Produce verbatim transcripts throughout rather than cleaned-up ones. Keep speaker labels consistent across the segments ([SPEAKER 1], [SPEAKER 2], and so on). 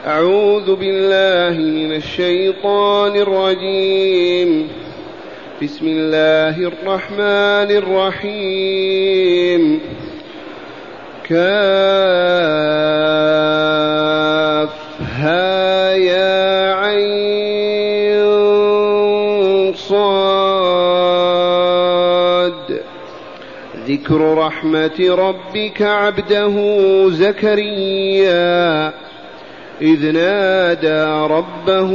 [SPEAKER 1] أعوذ بالله من الشيطان الرجيم. بسم الله الرحمن الرحيم. كافها يا عين صاد. ذكر رحمة ربك عبده زكريا إذ نادى ربه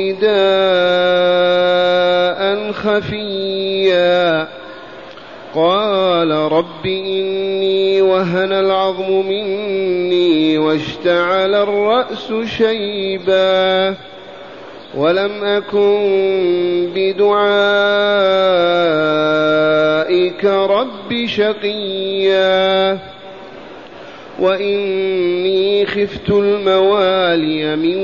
[SPEAKER 1] نداء خفيا قال رب إني وهن العظم مني واشتعل الرأس شيبا ولم أكن بدعائك رب شقيا وإني خفت الموالي من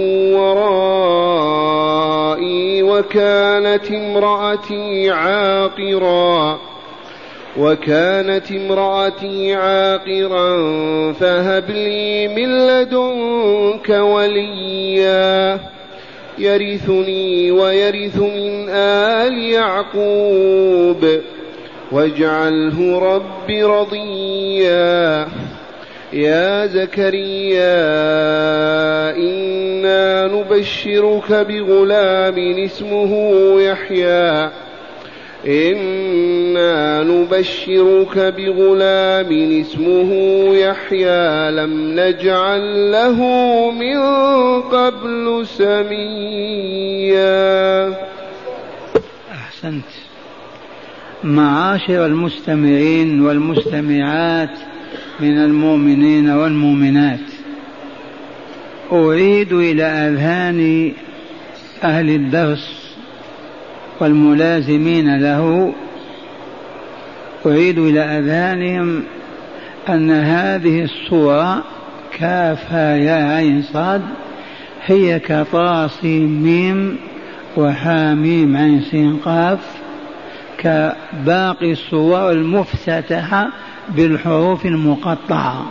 [SPEAKER 1] ورائي وكانت امرأتي عاقرا وكانت امرأتي عاقرا فهب لي من لدنك وليا يرثني ويرث من آل يعقوب واجعله رب رضيا. يا زكريا إنا نبشرك بغلام اسمه يحيى إنا نبشرك بغلام اسمه يحيى لم نجعل له من قبل سميا.
[SPEAKER 2] أحسنت. معاشر المستمعين والمستمعات من المؤمنين والمؤمنات، أريد إلى أذهان أهل الدرس والملازمين له، أريد إلى أذهانهم أن هذه الصورة كافها يا عين صاد هي كطاسيم ميم وحاميم عين سين قاف كباقي الصور المفتتحة بالحروف المقطعة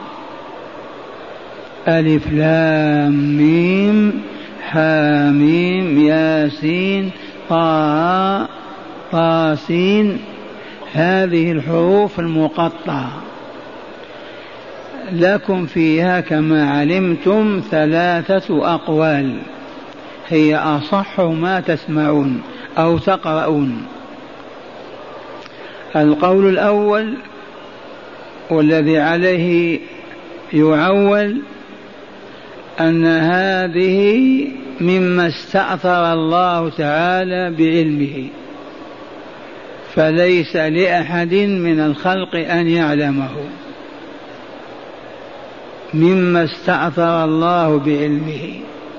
[SPEAKER 2] ألف لام ميم حاميم ياسين طاء طاسين، هذه الحروف المقطعة لكم فيها كما علمتم ثلاثة أقوال هي أصح ما تسمعون أو تقرؤون. القول الأول والذي عليه يعول أن هذه مما استأثر الله تعالى بعلمه فليس لأحد من الخلق أن يعلمه، مما استأثر الله بعلمه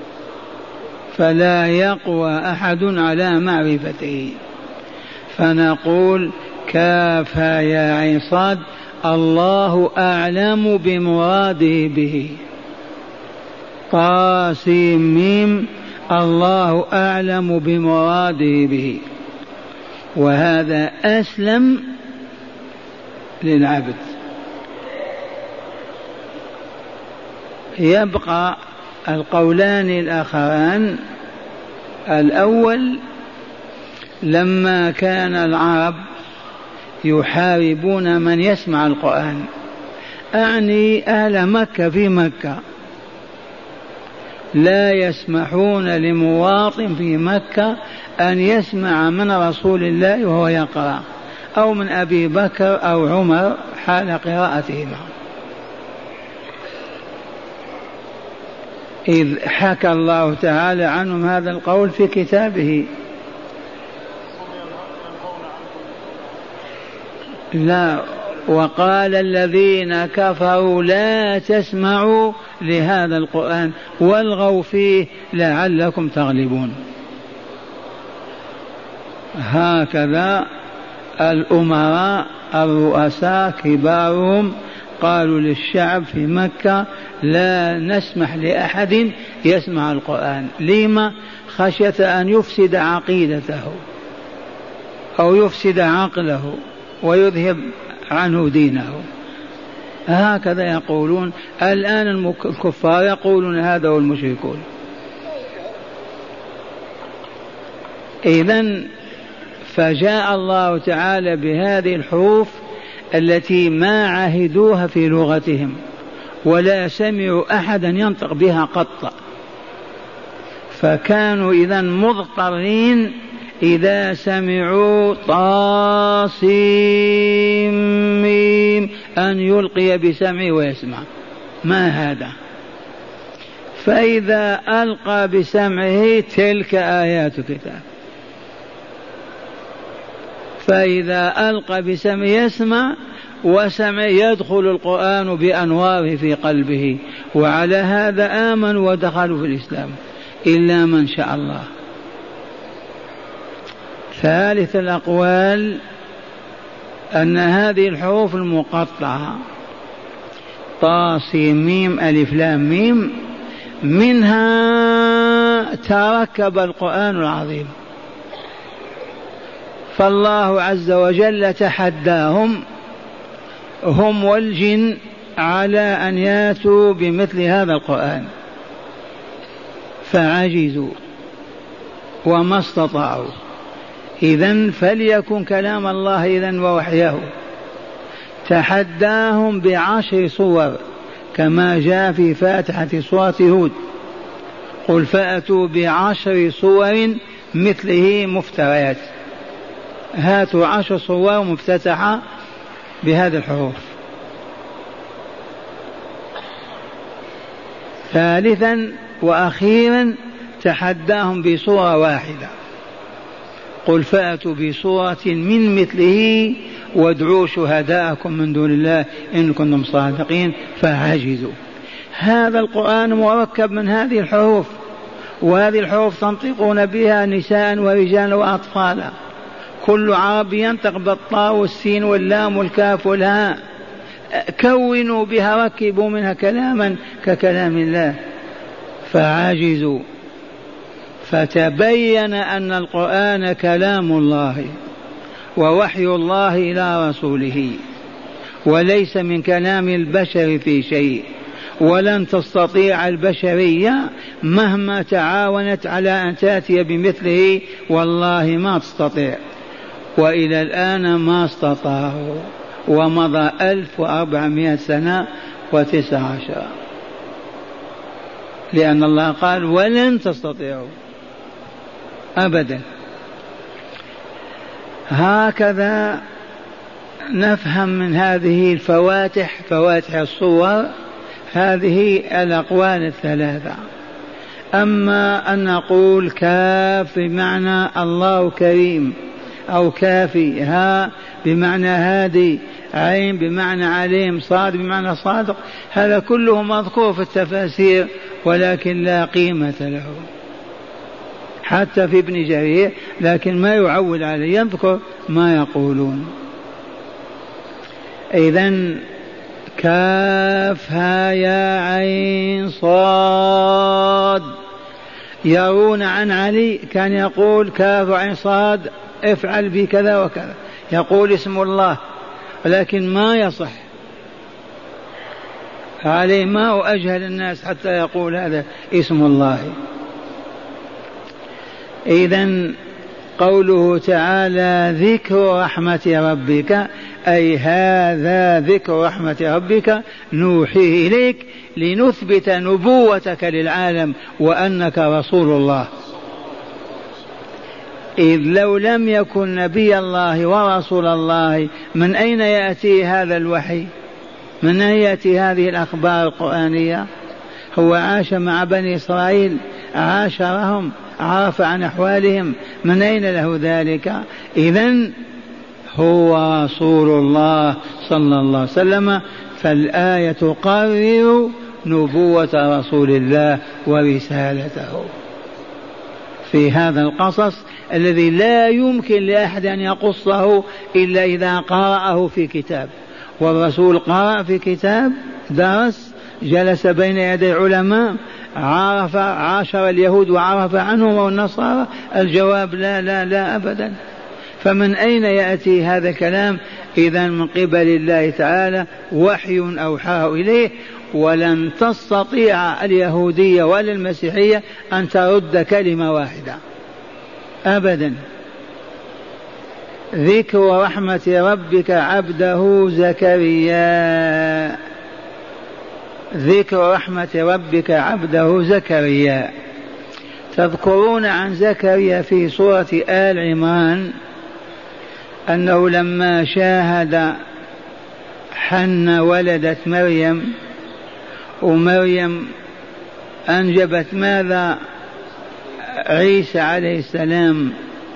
[SPEAKER 2] فلا يقوى أحد على معرفته، فنقول كافها يا عين صاد الله أعلم بمراده به، طاسيم ميم الله أعلم بمراده به، وهذا أسلم للعبد. يبقى القولان الآخران. الأول لما كان العرب يحاربون من يسمع القرآن، أعني أهل مكة في مكة، لا يسمحون لمواطن في مكة أن يسمع من رسول الله وهو يقرأ أو من أبي بكر أو عمر حال قراءتهما، إذ حكى الله تعالى عنهم هذا القول في كتابه. لا، وقال الذين كفروا لا تسمعوا لهذا القرآن والغوا فيه لعلكم تغلبون. هكذا الأمراء الرؤساء كبارهم قالوا للشعب في مكة لا نسمح لأحد يسمع القرآن. لما؟ خشية أن يفسد عقيدته أو يفسد عقله ويذهب عنه دينه. هكذا يقولون الآن الكفار يقولون هذا والمشركون. إذن فجاء الله تعالى بهذه الحروف التي ما عهدوها في لغتهم ولا سمعوا أحدا ينطق بها قط، فكانوا إذن مضطرين إذا سمعوا طاسيم أن يلقي بسمعه ويسمع ما هذا، فإذا ألقى بسمعه تلك آيات كتاب، فإذا ألقى بسمعه يسمع وسمع يدخل القرآن بأنواره في قلبه، وعلى هذا آمنوا ودخلوا في الإسلام إلا من شاء الله. ثالث الأقوال أن هذه الحروف المقطعة طاسيم ميم ألف لام ميم منها تركب القرآن العظيم، فالله عز وجل تحداهم هم والجن على أن ياتوا بمثل هذا القرآن فعجزوا وما استطاعوا. إذن فليكن كلام الله إذن ووحيه. تحداهم بعشر صور كما جاء في فاتحة سورة هود: قل فأتوا بعشر صور مثله مفتريات. هاتوا عشر صور مفتتحة بهذه الحروف. ثالثا وأخيرا تحداهم بصورة واحدة: قل فأتوا بصورة من مثله وادعوا شهداءكم من دون الله إن كنتم صادقين، فعجزوا. هذا القرآن مركب من هذه الحروف، وهذه الحروف تنطقون بها نساء ورجال وأطفالا، كل عرب ينطق بالطاء والسين واللام والكاف والهاء، كونوا بها ركبوا منها كلاما ككلام الله فعجزوا. فتبين أن القرآن كلام الله ووحي الله إلى رسوله، وليس من كلام البشر في شيء، ولن تستطيع البشرية مهما تعاونت على أن تأتي بمثله، والله ما تستطيع، وإلى الآن ما استطاعوا، ومضى ألف وأربعمائة سنة وتسع عشر، لأن الله قال ولن تستطيعوا أبدا. هكذا نفهم من هذه الفواتح، فواتح الصور، هذه الأقوال الثلاثة. أما أن نقول كاف بمعنى الله كريم، أو كافي، ها بمعنى هادي، عين بمعنى عليم، صاد بمعنى صادق، هذا كله مذكور في التفاسير ولكن لا قيمة له، حتى في ابن جرير، لكن ما يعول عليه، يذكر ما يقولون. إذن كافها يا عين صاد. يرون عن علي كان يقول كاف عين صاد افعل بي كذا وكذا، يقول اسم الله، ولكن ما يصح عليه، ما أجهل الناس حتى يقول هذا اسم الله. إذن قوله تعالى ذكر رحمة ربك، أي هذا ذكر رحمة ربك نوحيه إليك لنثبت نبوتك للعالم وأنك رسول الله. إذ لو لم يكن نبي الله ورسول الله من أين يأتي هذا الوحي؟ من أين يأتي هذه الأخبار القرآنية؟ هو عاش مع بني إسرائيل، عاشرهم، عرف عن أحوالهم، من أين له ذلك؟ إذن هو رسول الله صلى الله عليه وسلم. فالآية تقرر نبوة رسول الله ورسالته في هذا القصص الذي لا يمكن لأحد أن يقصه إلا إذا قرأه في كتاب، والرسول قرأ في كتاب، درس، جلس بين يدي علماء، عرف، عاشر اليهود وعرف عنهم والنصارى؟ الجواب لا لا لا أبدا. فمن أين يأتي هذا الكلام؟ إذن من قبل الله تعالى، وحي أوحاه إليه. ولن تستطيع اليهودية ولا المسيحية أن ترد كلمة واحدة، أبدا. ذكر رحمة ربك عبده زكريا، ذكر رحمة ربك عبده زكريا. تذكرون عن زكريا في سورة آل عمران أنه لما شاهد حنة ولدت مريم، ومريم أنجبت ماذا؟ عيسى عليه السلام.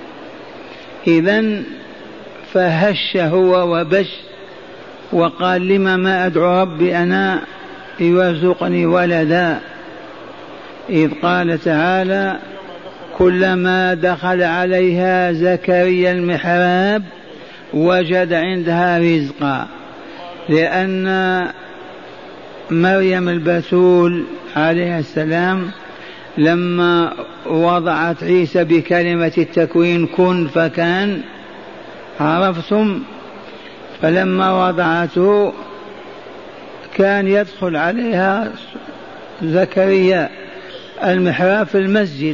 [SPEAKER 2] إذن فهش هو وبش وقال لما ما أدعو ربي أنا يرزقني ولدا، إذ قال تعالى كلما دخل عليها زكريا المحراب وجد عندها رزقا، لأن مريم البتول عليه السلام لما وضعت عيسى بكلمة التكوين كن فكان، عرفتم؟ فلما وضعته كان يدخل عليها زكريا المحراب في المسجد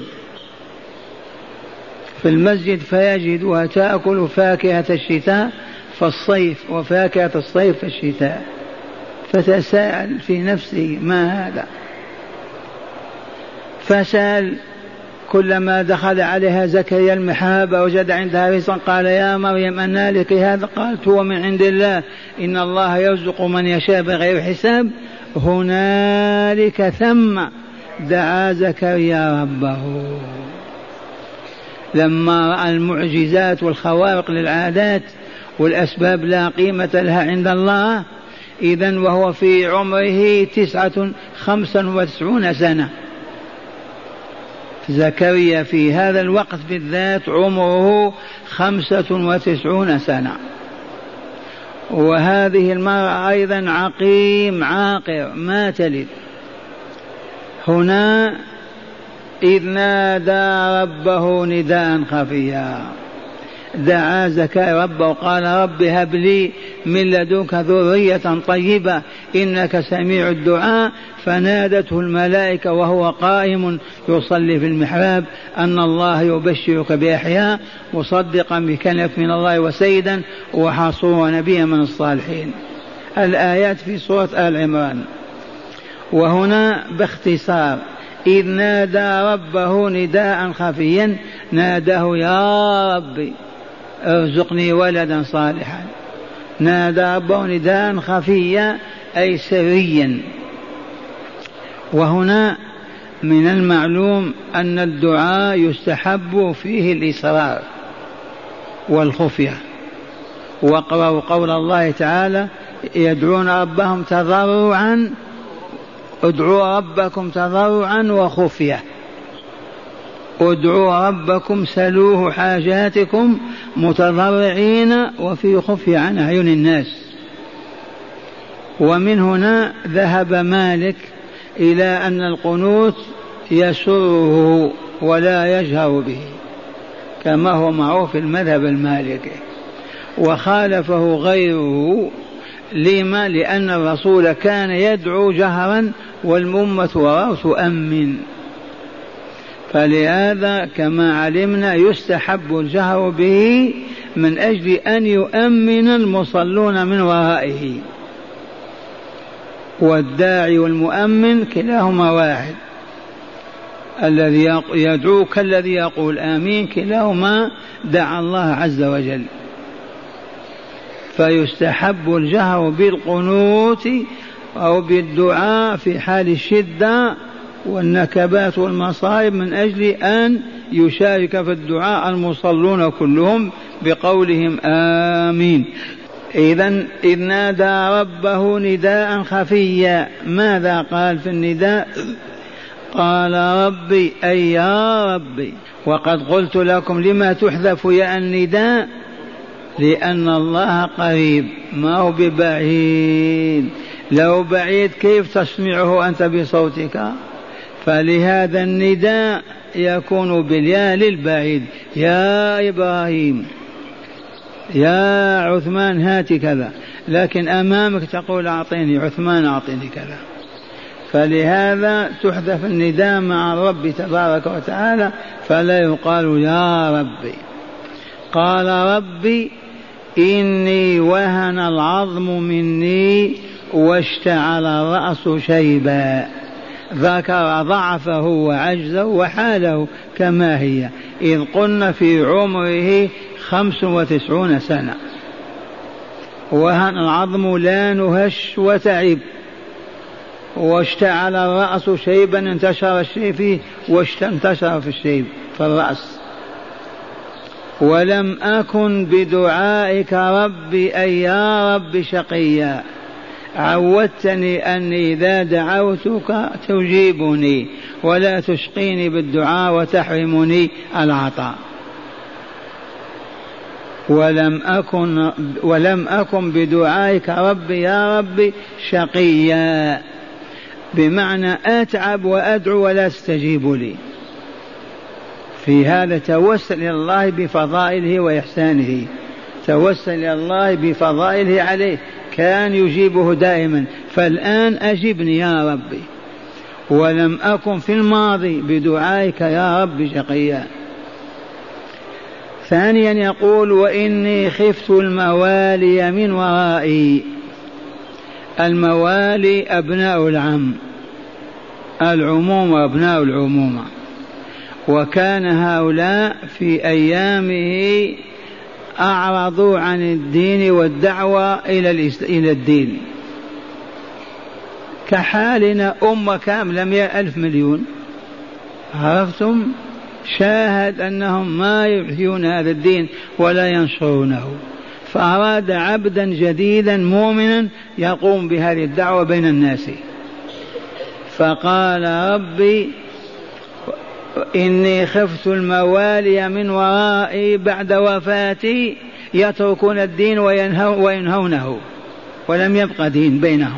[SPEAKER 2] في المسجد فيجدها تأكل فاكهة الشتاء في الصيف وفاكهة الصيف في الشتاء، فتساءل في نفسه ما هذا، فسأل كلما دخل عليها زكريا المحراب وجد عندها رزقا قال يا مريم أنى لك هذا؟ قالت هو من عند الله إن الله يرزق من يشاء بغير حساب. هنالك ثم دعا زكريا ربه لما رأى المعجزات والخوارق للعادات والأسباب لا قيمة لها عند الله. إذن وهو في عمره تسعة خمسة وتسعون سنة، زكريا في هذا الوقت بالذات عمره خمسة وتسعون سنة، وهذه المرأة أيضا عقيم عاقر ما تلد. هنا إذ نادى ربه نداء خفيا، دعا زكريا ربه وقال رب هب لي من لدنك ذرية طيبة إنك سميع الدعاء. فنادته الملائكة وهو قائم يصلي في المحراب أن الله يبشرك بيحيى مصدقا بكلمة من الله وسيدا وحصورا ونبيا من الصالحين. الآيات في سورة آل عمران. وهنا باختصار إذ نادى ربه نداء خفيا، ناداه يا ربي ارزقني ولدا صالحا. نادى ربه نداء خفيا أي سريا. وهنا من المعلوم أن الدعاء يستحب فيه الإصرار والخفية. واقرأوا قول الله تعالى يدعون ربهم تضرعا، ادعوا ربكم تضرعا وخفية، ادعوا ربكم سلوه حاجاتكم متضرعين وفي خفية عن أعين الناس. ومن هنا ذهب مالك إلى أن القنوت يسره ولا يجهر به كما هو معروف في المذهب المالكي، وخالفه غيره. لما؟ لأن الرسول كان يدعو جهرا والأمة وراءه تؤمن، فلهذا كما علمنا يستحب الجهر به من أجل أن يؤمن المصلون من ورائه. والداعي والمؤمن كلاهما واحد، الذي يدعو كالذي يقول آمين، كلاهما دعا الله عز وجل. فيستحب الجهر بالقنوت أو بالدعاء في حال الشدة والنكبات والمصائب من أجل أن يشارك في الدعاء المصلون كلهم بقولهم آمين. إذن إذ نادى ربه نداء خفيا، ماذا قال في النداء؟ قال ربي أي يا ربي. وقد قلت لكم لما تحذف يا النداء، لأن الله قريب ما هو ببعيد، لو بعيد كيف تسمعه أنت بصوتك؟ فلهذا النداء يكون بالياء للبعيد، يا إبراهيم يا عثمان هات كذا، لكن أمامك تقول أعطيني عثمان أعطيني كذا. فلهذا تحذف النداء مع الرب تبارك وتعالى، فلا يقال يا ربي. قال ربي إني وهن العظم مني واشتعل الرأس شيبا، ذكر ضعفه وعجزه وحاله كما هي، إذ قلنا في عمره خمس وتسعون سنة. وهن العظم لا نهش وتعب، واشتعل الرأس شيبا انتشر الشيب فيه وانتشر في الشيب في الرأس. ولم أكن بدعائك ربي أي يا رب شقيا، عودتني أني إذا دعوتك تجيبني ولا تشقيني بالدعاء وتحرمني العطاء. ولم أكن, ولم أكن بدعائك ربي يا ربي شقيا، بمعنى أتعب وأدعو ولا تستجيب لي. في هذا توسل إلى الله بفضائله وإحسانه، توسل إلى الله بفضائله عليه، كان يجيبه دائما، فالآن أجبني يا ربي. ولم أكن في الماضي بدعائك يا رب شقيا. ثانيا يقول وإني خفت الموالي من ورائي. الموالي أبناء العم، العموم وأبناء العمومة، وكان هؤلاء في أيامه أعرضوا عن الدين والدعوة إلى الدين، كحالنا أمة كاملة مئة ألف مليون، عرفتم؟ شاهد أنهم ما يحيون هذا الدين ولا ينشرونه، فأراد عبدا جديدا مؤمنا يقوم بهذه الدعوة بين الناس، فقال ربي إني خفت الموالي من ورائي بعد وفاتي يتركون الدين وينهونه ولم يبق دين بينهم.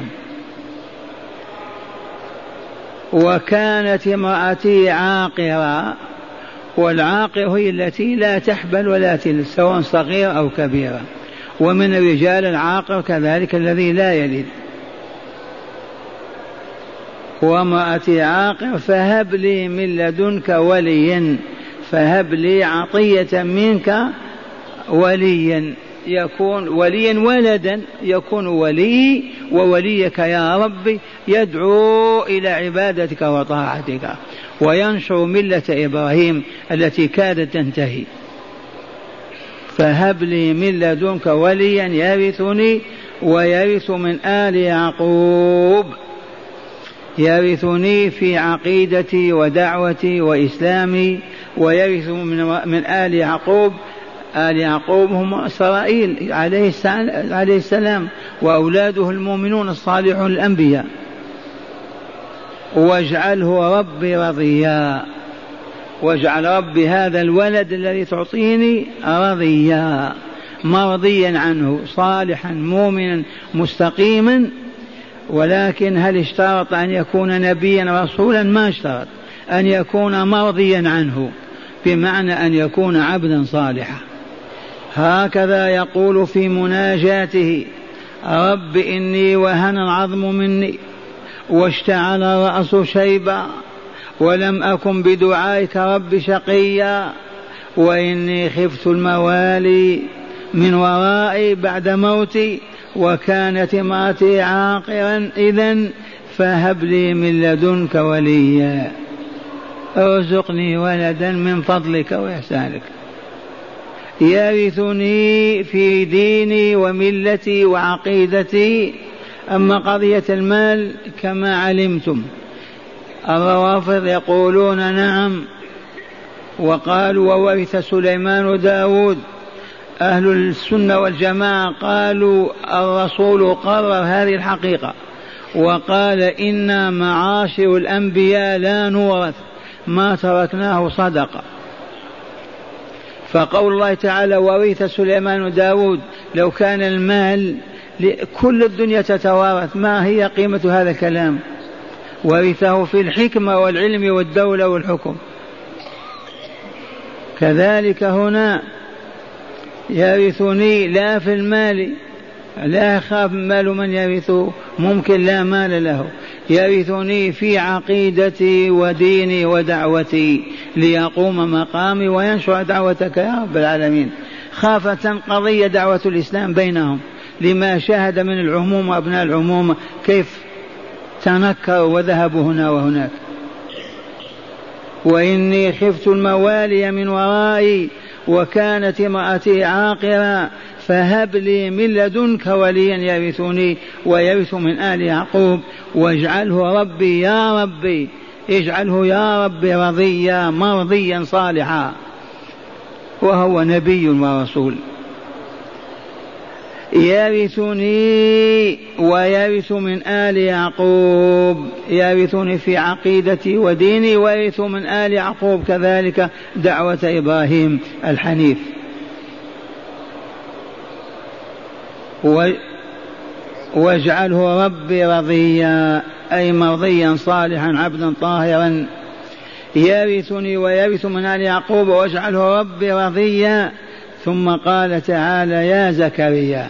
[SPEAKER 2] وكانت امرأتي عاقرة، والعاقر هي التي لا تحبل ولا تلد سواء صغيرة أو كبيرة، ومن الرجال العاقر كذلك الذي لا يلد. وامرأتي عاقر فهب لي من لدنك وليا، فهب لي عطية منك وليا، يكون وليا ولدا، يكون ولي ووليك يا ربي يدعو إلى عبادتك وطاعتك وينشر ملة إبراهيم التي كادت تنتهي. فهب لي من لدنك وليا يرثني ويرث من آل يعقوب، يرثني في عقيدتي ودعوتي وإسلامي، ويرث من آل يعقوب. آل يعقوب هم إسرائيل عليه السلام وأولاده المؤمنون الصالحون الأنبياء. واجعله ربي رضيا، واجعل ربي هذا الولد الذي تعطيني رضيا مرضيا عنه، صالحا مؤمنا مستقيما. ولكن هل اشترط أن يكون نبيا رسولا؟ ما اشترط، أن يكون مرضيا عنه، بمعنى أن يكون عبدا صالحا. هكذا يقول في مناجاته رب إني وهن العظم مني واشتعل الرأس شيبا ولم أكن بدعائك رب شقيا، وإني خفت الموالي من ورائي بعد موتي، وكانت امرأتي عاقرا إذن فهب لي من لدنك وليا، ارزقني ولدا من فضلك وإحسانك يرثني في ديني وملتي وعقيدتي. أما قضية المال كما علمتم الروافض يقولون نعم، وقالوا وورث سليمان داود. أهل السنة والجماعة قالوا الرسول قرر هذه الحقيقة وقال إنا معاشر الأنبياء لا نورث ما تركناه صدقة. فقول الله تعالى ورث سليمان داود، لو كان المال كل الدنيا تتوارث ما هي قيمة هذا الكلام؟ ورثه في الحكمة والعلم والدولة والحكم. كذلك هنا يرثني لا في المال، لا يخاف مال من يرثه، ممكن لا مال له، يرثني في عقيدتي وديني ودعوتي ليقوم مقامي وينشر دعوتك يا رب العالمين. خافة قضية دعوة الإسلام بينهم لما شاهد من العموم وأبناء العموم كيف تنكروا وذهبوا هنا وهناك. وإني خفت الموالي من ورائي وكانت امرأتي عاقرا فهب لي من لدنك وليا يرثني ويرث من آل يعقوب واجعله ربي يا ربي اجعله يا ربي رضيا مرضيا صالحا. وهو نبي ورسول. يرثني ويرث من آل يعقوب، يرثني في عقيدتي وديني ويرث من آل يعقوب كذلك دعوة إبراهيم الحنيف. واجعله ربي رضيا أي مرضيا صالحا عبدا طاهرا. يرثني ويرث من آل يعقوب واجعله ربي رضيا. ثم قال تعالى يا زكريا.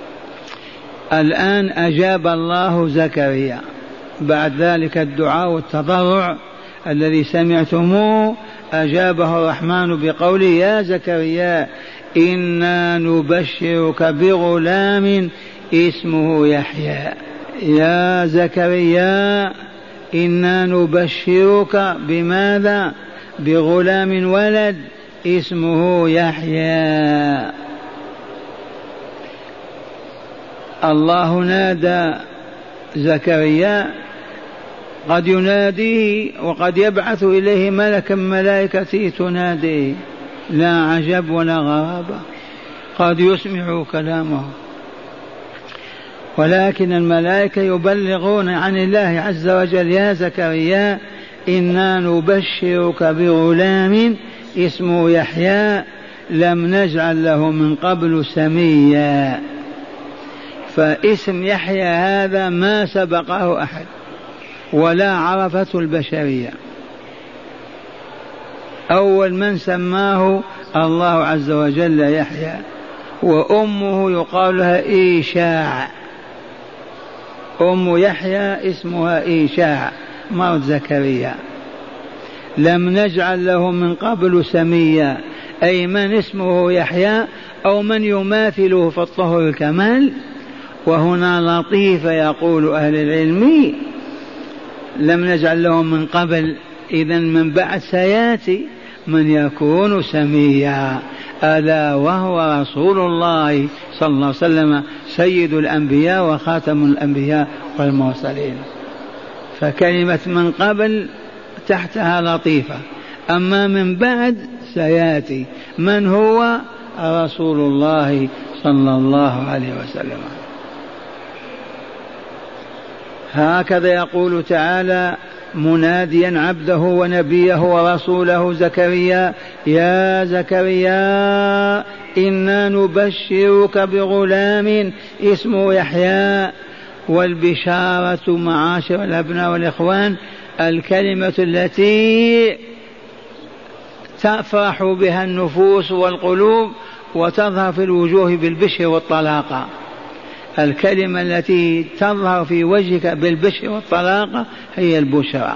[SPEAKER 2] الآن أجاب الله زكريا بعد ذلك الدعاء والتضرع الذي سمعتموه، أجابه الرحمن بقوله يا زكريا إنا نبشرك بغلام اسمه يحيى. يا زكريا إنا نبشرك بماذا؟ بغلام ولد اسمه يحيى. الله نادى زكريا، قد يناديه وقد يبعث إليه ملكا ملائكته تناديه، لا عجب ولا غرابة، قد يسمع كلامه. ولكن الملائكة يبلغون عن الله عز وجل يا زكريا إنا نبشرك بغلام اسمه يحيى لم نجعل له من قبل سميا. فاسم يحيى هذا ما سبقه أحد ولا عرفته البشرية، أول من سماه الله عز وجل يحيى، وأمه يقال لها إيشاع، أم يحيى اسمها إيشاع مرض زكريا. لم نجعل له من قبل سميا أي من اسمه يحيى أو من يماثله في الطهر الكمال. وهنا لطيفة يقول أهل العلم لم نجعل له من قبل، إذن من بعد سيأتي من يكون سميا، ألا وهو رسول الله صلى الله عليه وسلم سيد الأنبياء وخاتم الأنبياء والمرسلين. فكلمة من قبل تحتها لطيفة، أما من بعد سيأتي من هو رسول الله صلى الله عليه وسلم. هكذا يقول تعالى مناديا عبده ونبيه ورسوله زكريا يا زكريا إنا نبشرك بغلام اسمه يحيى. والبشارة معاشر الأبناء والإخوان الكلمة التي تفرح بها النفوس والقلوب وتظهر في الوجوه بالبشر والطلاقة. الكلمة التي تظهر في وجهك بالبشر والطلاقة هي البشرى.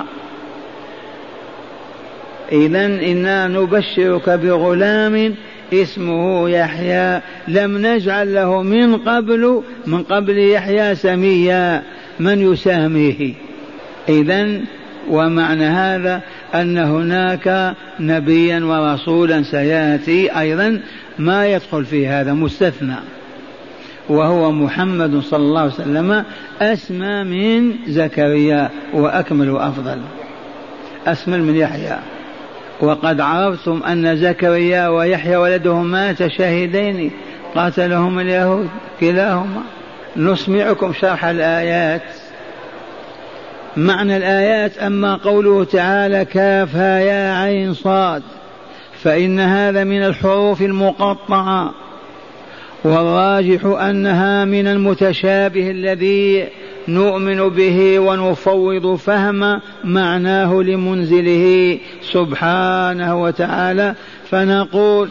[SPEAKER 2] إذن إنا نبشرك بغلام اسمه يحيى لم نجعل له من قبل من قبل يحيى سميا من يساميه. إذن ومعنى هذا أن هناك نبيا ورسولا سيأتي أيضا ما يدخل في هذا مستثنى، وهو محمد صلى الله عليه وسلم أسمى من زكريا وأكمل وأفضل، أسمى من يحيى. وقد عرفتم أن زكريا ويحيى ولدهم مات شهيدين قاتلهم اليهود كلاهما. نسمعكم شرح الآيات. معنى الآيات أما قوله تعالى كافها يا عين صاد فإن هذا من الحروف المقطعة، والراجح أنها من المتشابه الذي نؤمن به ونفوض فهم معناه لمنزله سبحانه وتعالى، فنقول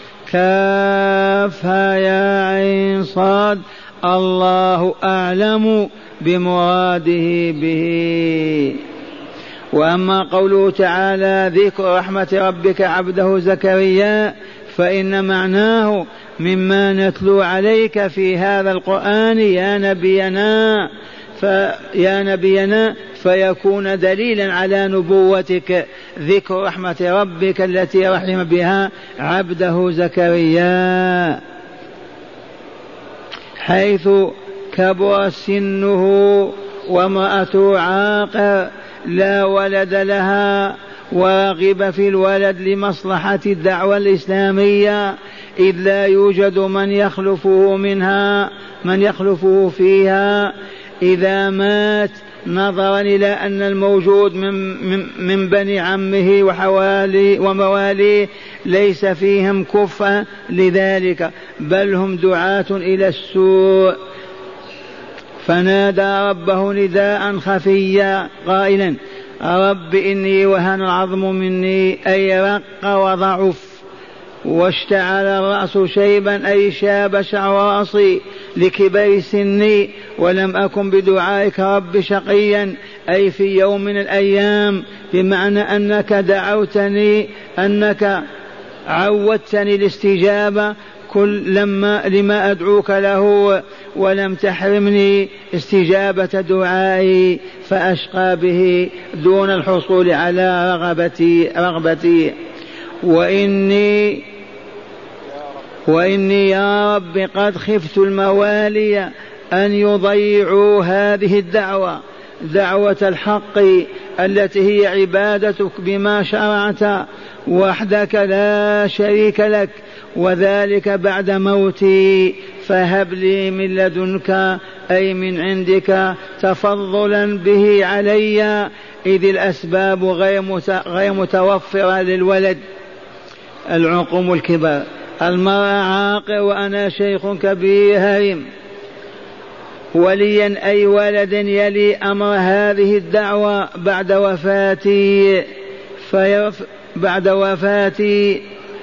[SPEAKER 2] كافها يا عين صاد الله أعلم بمراده به. وأما قوله تعالى ذكر رحمة ربك عبده زكريا فإن معناه مما نتلو عليك في هذا القرآن يا نبينا فيا نبينا فيكون دليلا على نبوتك ذكر رحمة ربك التي رحم بها عبده زكريا، حيث كبر سنه وامرأته عاقر لا ولد لها وراغب في الولد لمصلحة الدعوة الإسلامية، إذ لا يوجد من يخلفه منها من يخلفه فيها إذا مات، نظرا إلى أن الموجود من, من, من بني عمه وحوالي ومواليه ليس فيهم كفء لذلك، بل هم دعاة إلى السوء. فنادى ربه نداء خفيا قائلا رب إني وهن العظم مني أي رق وضعف واشتعل الرأس شيبا أي شاب شعر رأسي لكبر سني ولم أكن بدعائك رب شقيا أي في يوم من الأيام، بمعنى أنك دعوتني أنك عودتني الاستجابة كل لما لما أدعوك له ولم تحرمني استجابة دعائي فأشقى به دون الحصول على رغبتي رغبتي وإني وإني يا رب قد خفت الموالي أن يضيعوا هذه الدعوة دعوة الحق التي هي عبادتك بما شرعت وحدك لا شريك لك، وذلك بعد موتي، فهب لي من لدنك أي من عندك تفضلا به علي، إذ الأسباب غير متوفرة للولد، العقم الكبار، المرأة عاقر وأنا شيخ كبير هرم، وليا أي ولد يلي أمر هذه الدعوة بعد وفاتي فيرف بعد وفاتي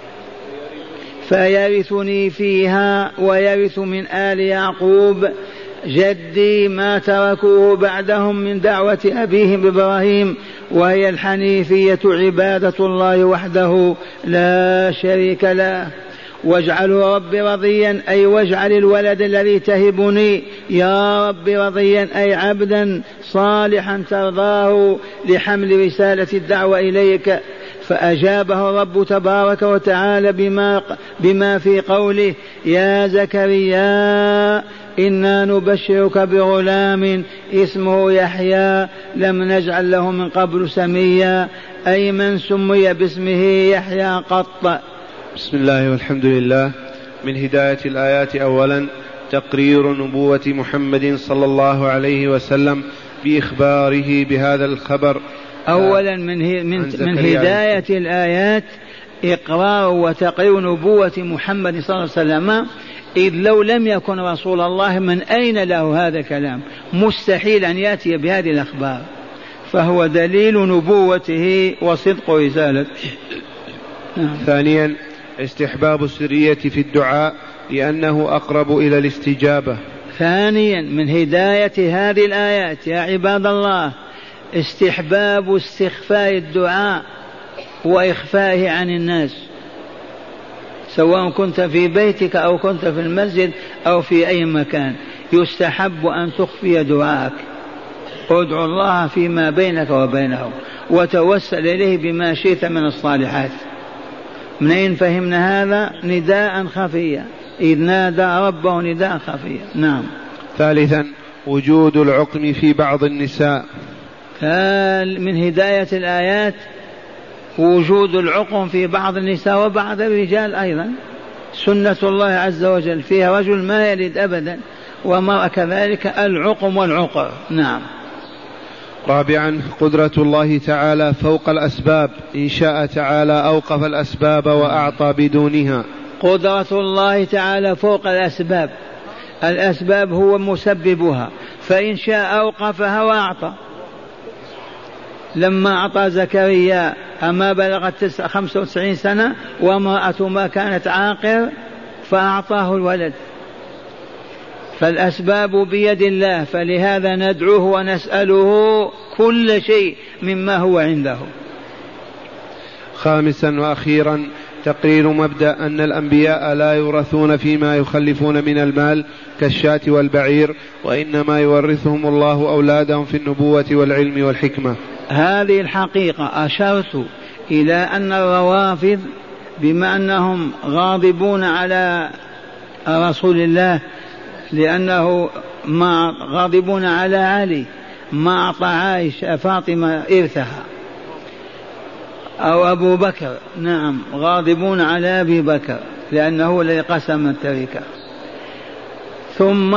[SPEAKER 2] فيرثني فيها ويرث من آل يعقوب جدي ما تركوه بعدهم من دعوة أبيهم إبراهيم، وهي الحنيفية عبادة الله وحده لا شريك له. واجعله رب رضيا أي واجعل الولد الذي تهبني يا رب رضيا أي عبدا صالحا ترضاه لحمل رسالة الدعوة إليك. فأجابه الرب تبارك وتعالى بما, بما في قوله يا زكريا إنا نبشرك بغلام اسمه يحيى لم نجعل له من قبل سميا، أي من سمي باسمه يحيى قط.
[SPEAKER 1] بسم الله والحمد لله. من هداية الآيات أولا تقرير نبوة محمد صلى الله عليه وسلم بإخباره بهذا الخبر.
[SPEAKER 2] أولا من, من, من هداية الآيات إقرار وتقرير نبوة محمد صلى الله عليه وسلم، إذ لو لم يكن رسول الله من أين له هذا الكلام؟ مستحيل أن يأتي بهذه الأخبار، فهو دليل نبوته وصدق رسالته.
[SPEAKER 1] ثانيا استحباب السرية في الدعاء لأنه أقرب إلى الاستجابة.
[SPEAKER 2] ثانيا من هداية هذه الآيات يا عباد الله استحباب استخفاء الدعاء وإخفائه عن الناس، سواء كنت في بيتك أو كنت في المسجد أو في أي مكان، يستحب أن تخفي دعاءك، ادعو الله فيما بينك وبينه وتوسل إليه بما شئت من الصالحات. منين فهمنا هذا؟ نداء خفيا، إذ نادى ربه نداء خفيا. نعم.
[SPEAKER 1] ثالثا وجود العقم في بعض النساء.
[SPEAKER 2] من هداية الآيات وجود العقم في بعض النساء وبعض الرجال أيضا، سنة الله عز وجل فيها رجل ما يلد أبدا ومرأة كذلك، العقم والعقر. نعم.
[SPEAKER 1] رابعا قدرة الله تعالى فوق الأسباب، إن شاء تعالى أوقف الأسباب وأعطى بدونها.
[SPEAKER 2] قدرة الله تعالى فوق الأسباب، الأسباب هو مسببها، فإن شاء أوقفها وأعطى. لما أعطى زكريا أما بلغت خمسة وتسعين سنة وامرأته ما كانت عاقر فأعطاه الولد، فالأسباب بيد الله، فلهذا ندعوه ونسأله كل شيء مما هو عنده.
[SPEAKER 1] خامسا وأخيرا تقرير مبدأ أن الأنبياء لا يورثون فيما يخلفون من المال كالشاة والبعير، وإنما يورثهم الله أولادهم في النبوة والعلم والحكمة.
[SPEAKER 2] هذه الحقيقة أشرت إلى أن الروافض بما أنهم غاضبون على رسول الله لأنه ما غاضبون على علي ما أعطى عائشة فاطمة إرثها، أو أبو بكر نعم غاضبون على أبي بكر لأنه الذي قسم التركة. ثم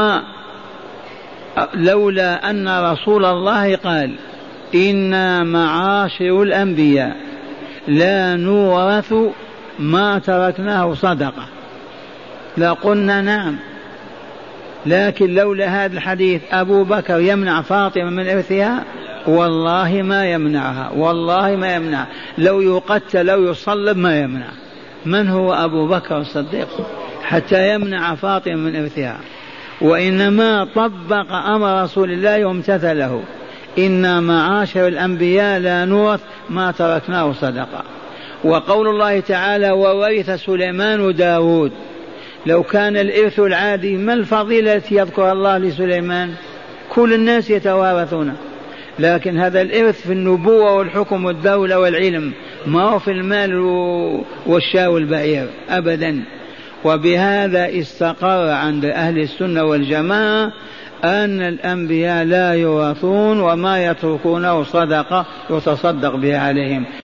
[SPEAKER 2] لولا أن رسول الله قال إنا معاشر الأنبياء لا نورث ما تركناه صدقة لقلنا نعم، لكن لولا هذا الحديث أبو بكر يمنع فاطمة من إرثها؟ والله ما يمنعها، والله ما يمنع، لو يقتل لو يصلب ما يمنع. من هو أبو بكر الصديق حتى يمنع فاطمة من إرثها؟ وإنما طبق أمر رسول الله وامتثله، إنا معاشر الأنبياء لا نورث ما تركناه صدقة. وقول الله تعالى وورث سليمان داود، لو كان الإرث العادي ما الفضيلة التي يذكر الله لسليمان؟ كل الناس يتوارثون، لكن هذا الإرث في النبوة والحكم والدولة والعلم، ما هو في المال والشاة والبعير أبدا. وبهذا استقر عند أهل السنة والجماعة أن الأنبياء لا يورثون وما يتركونه صدقة يتصدق بها عليهم.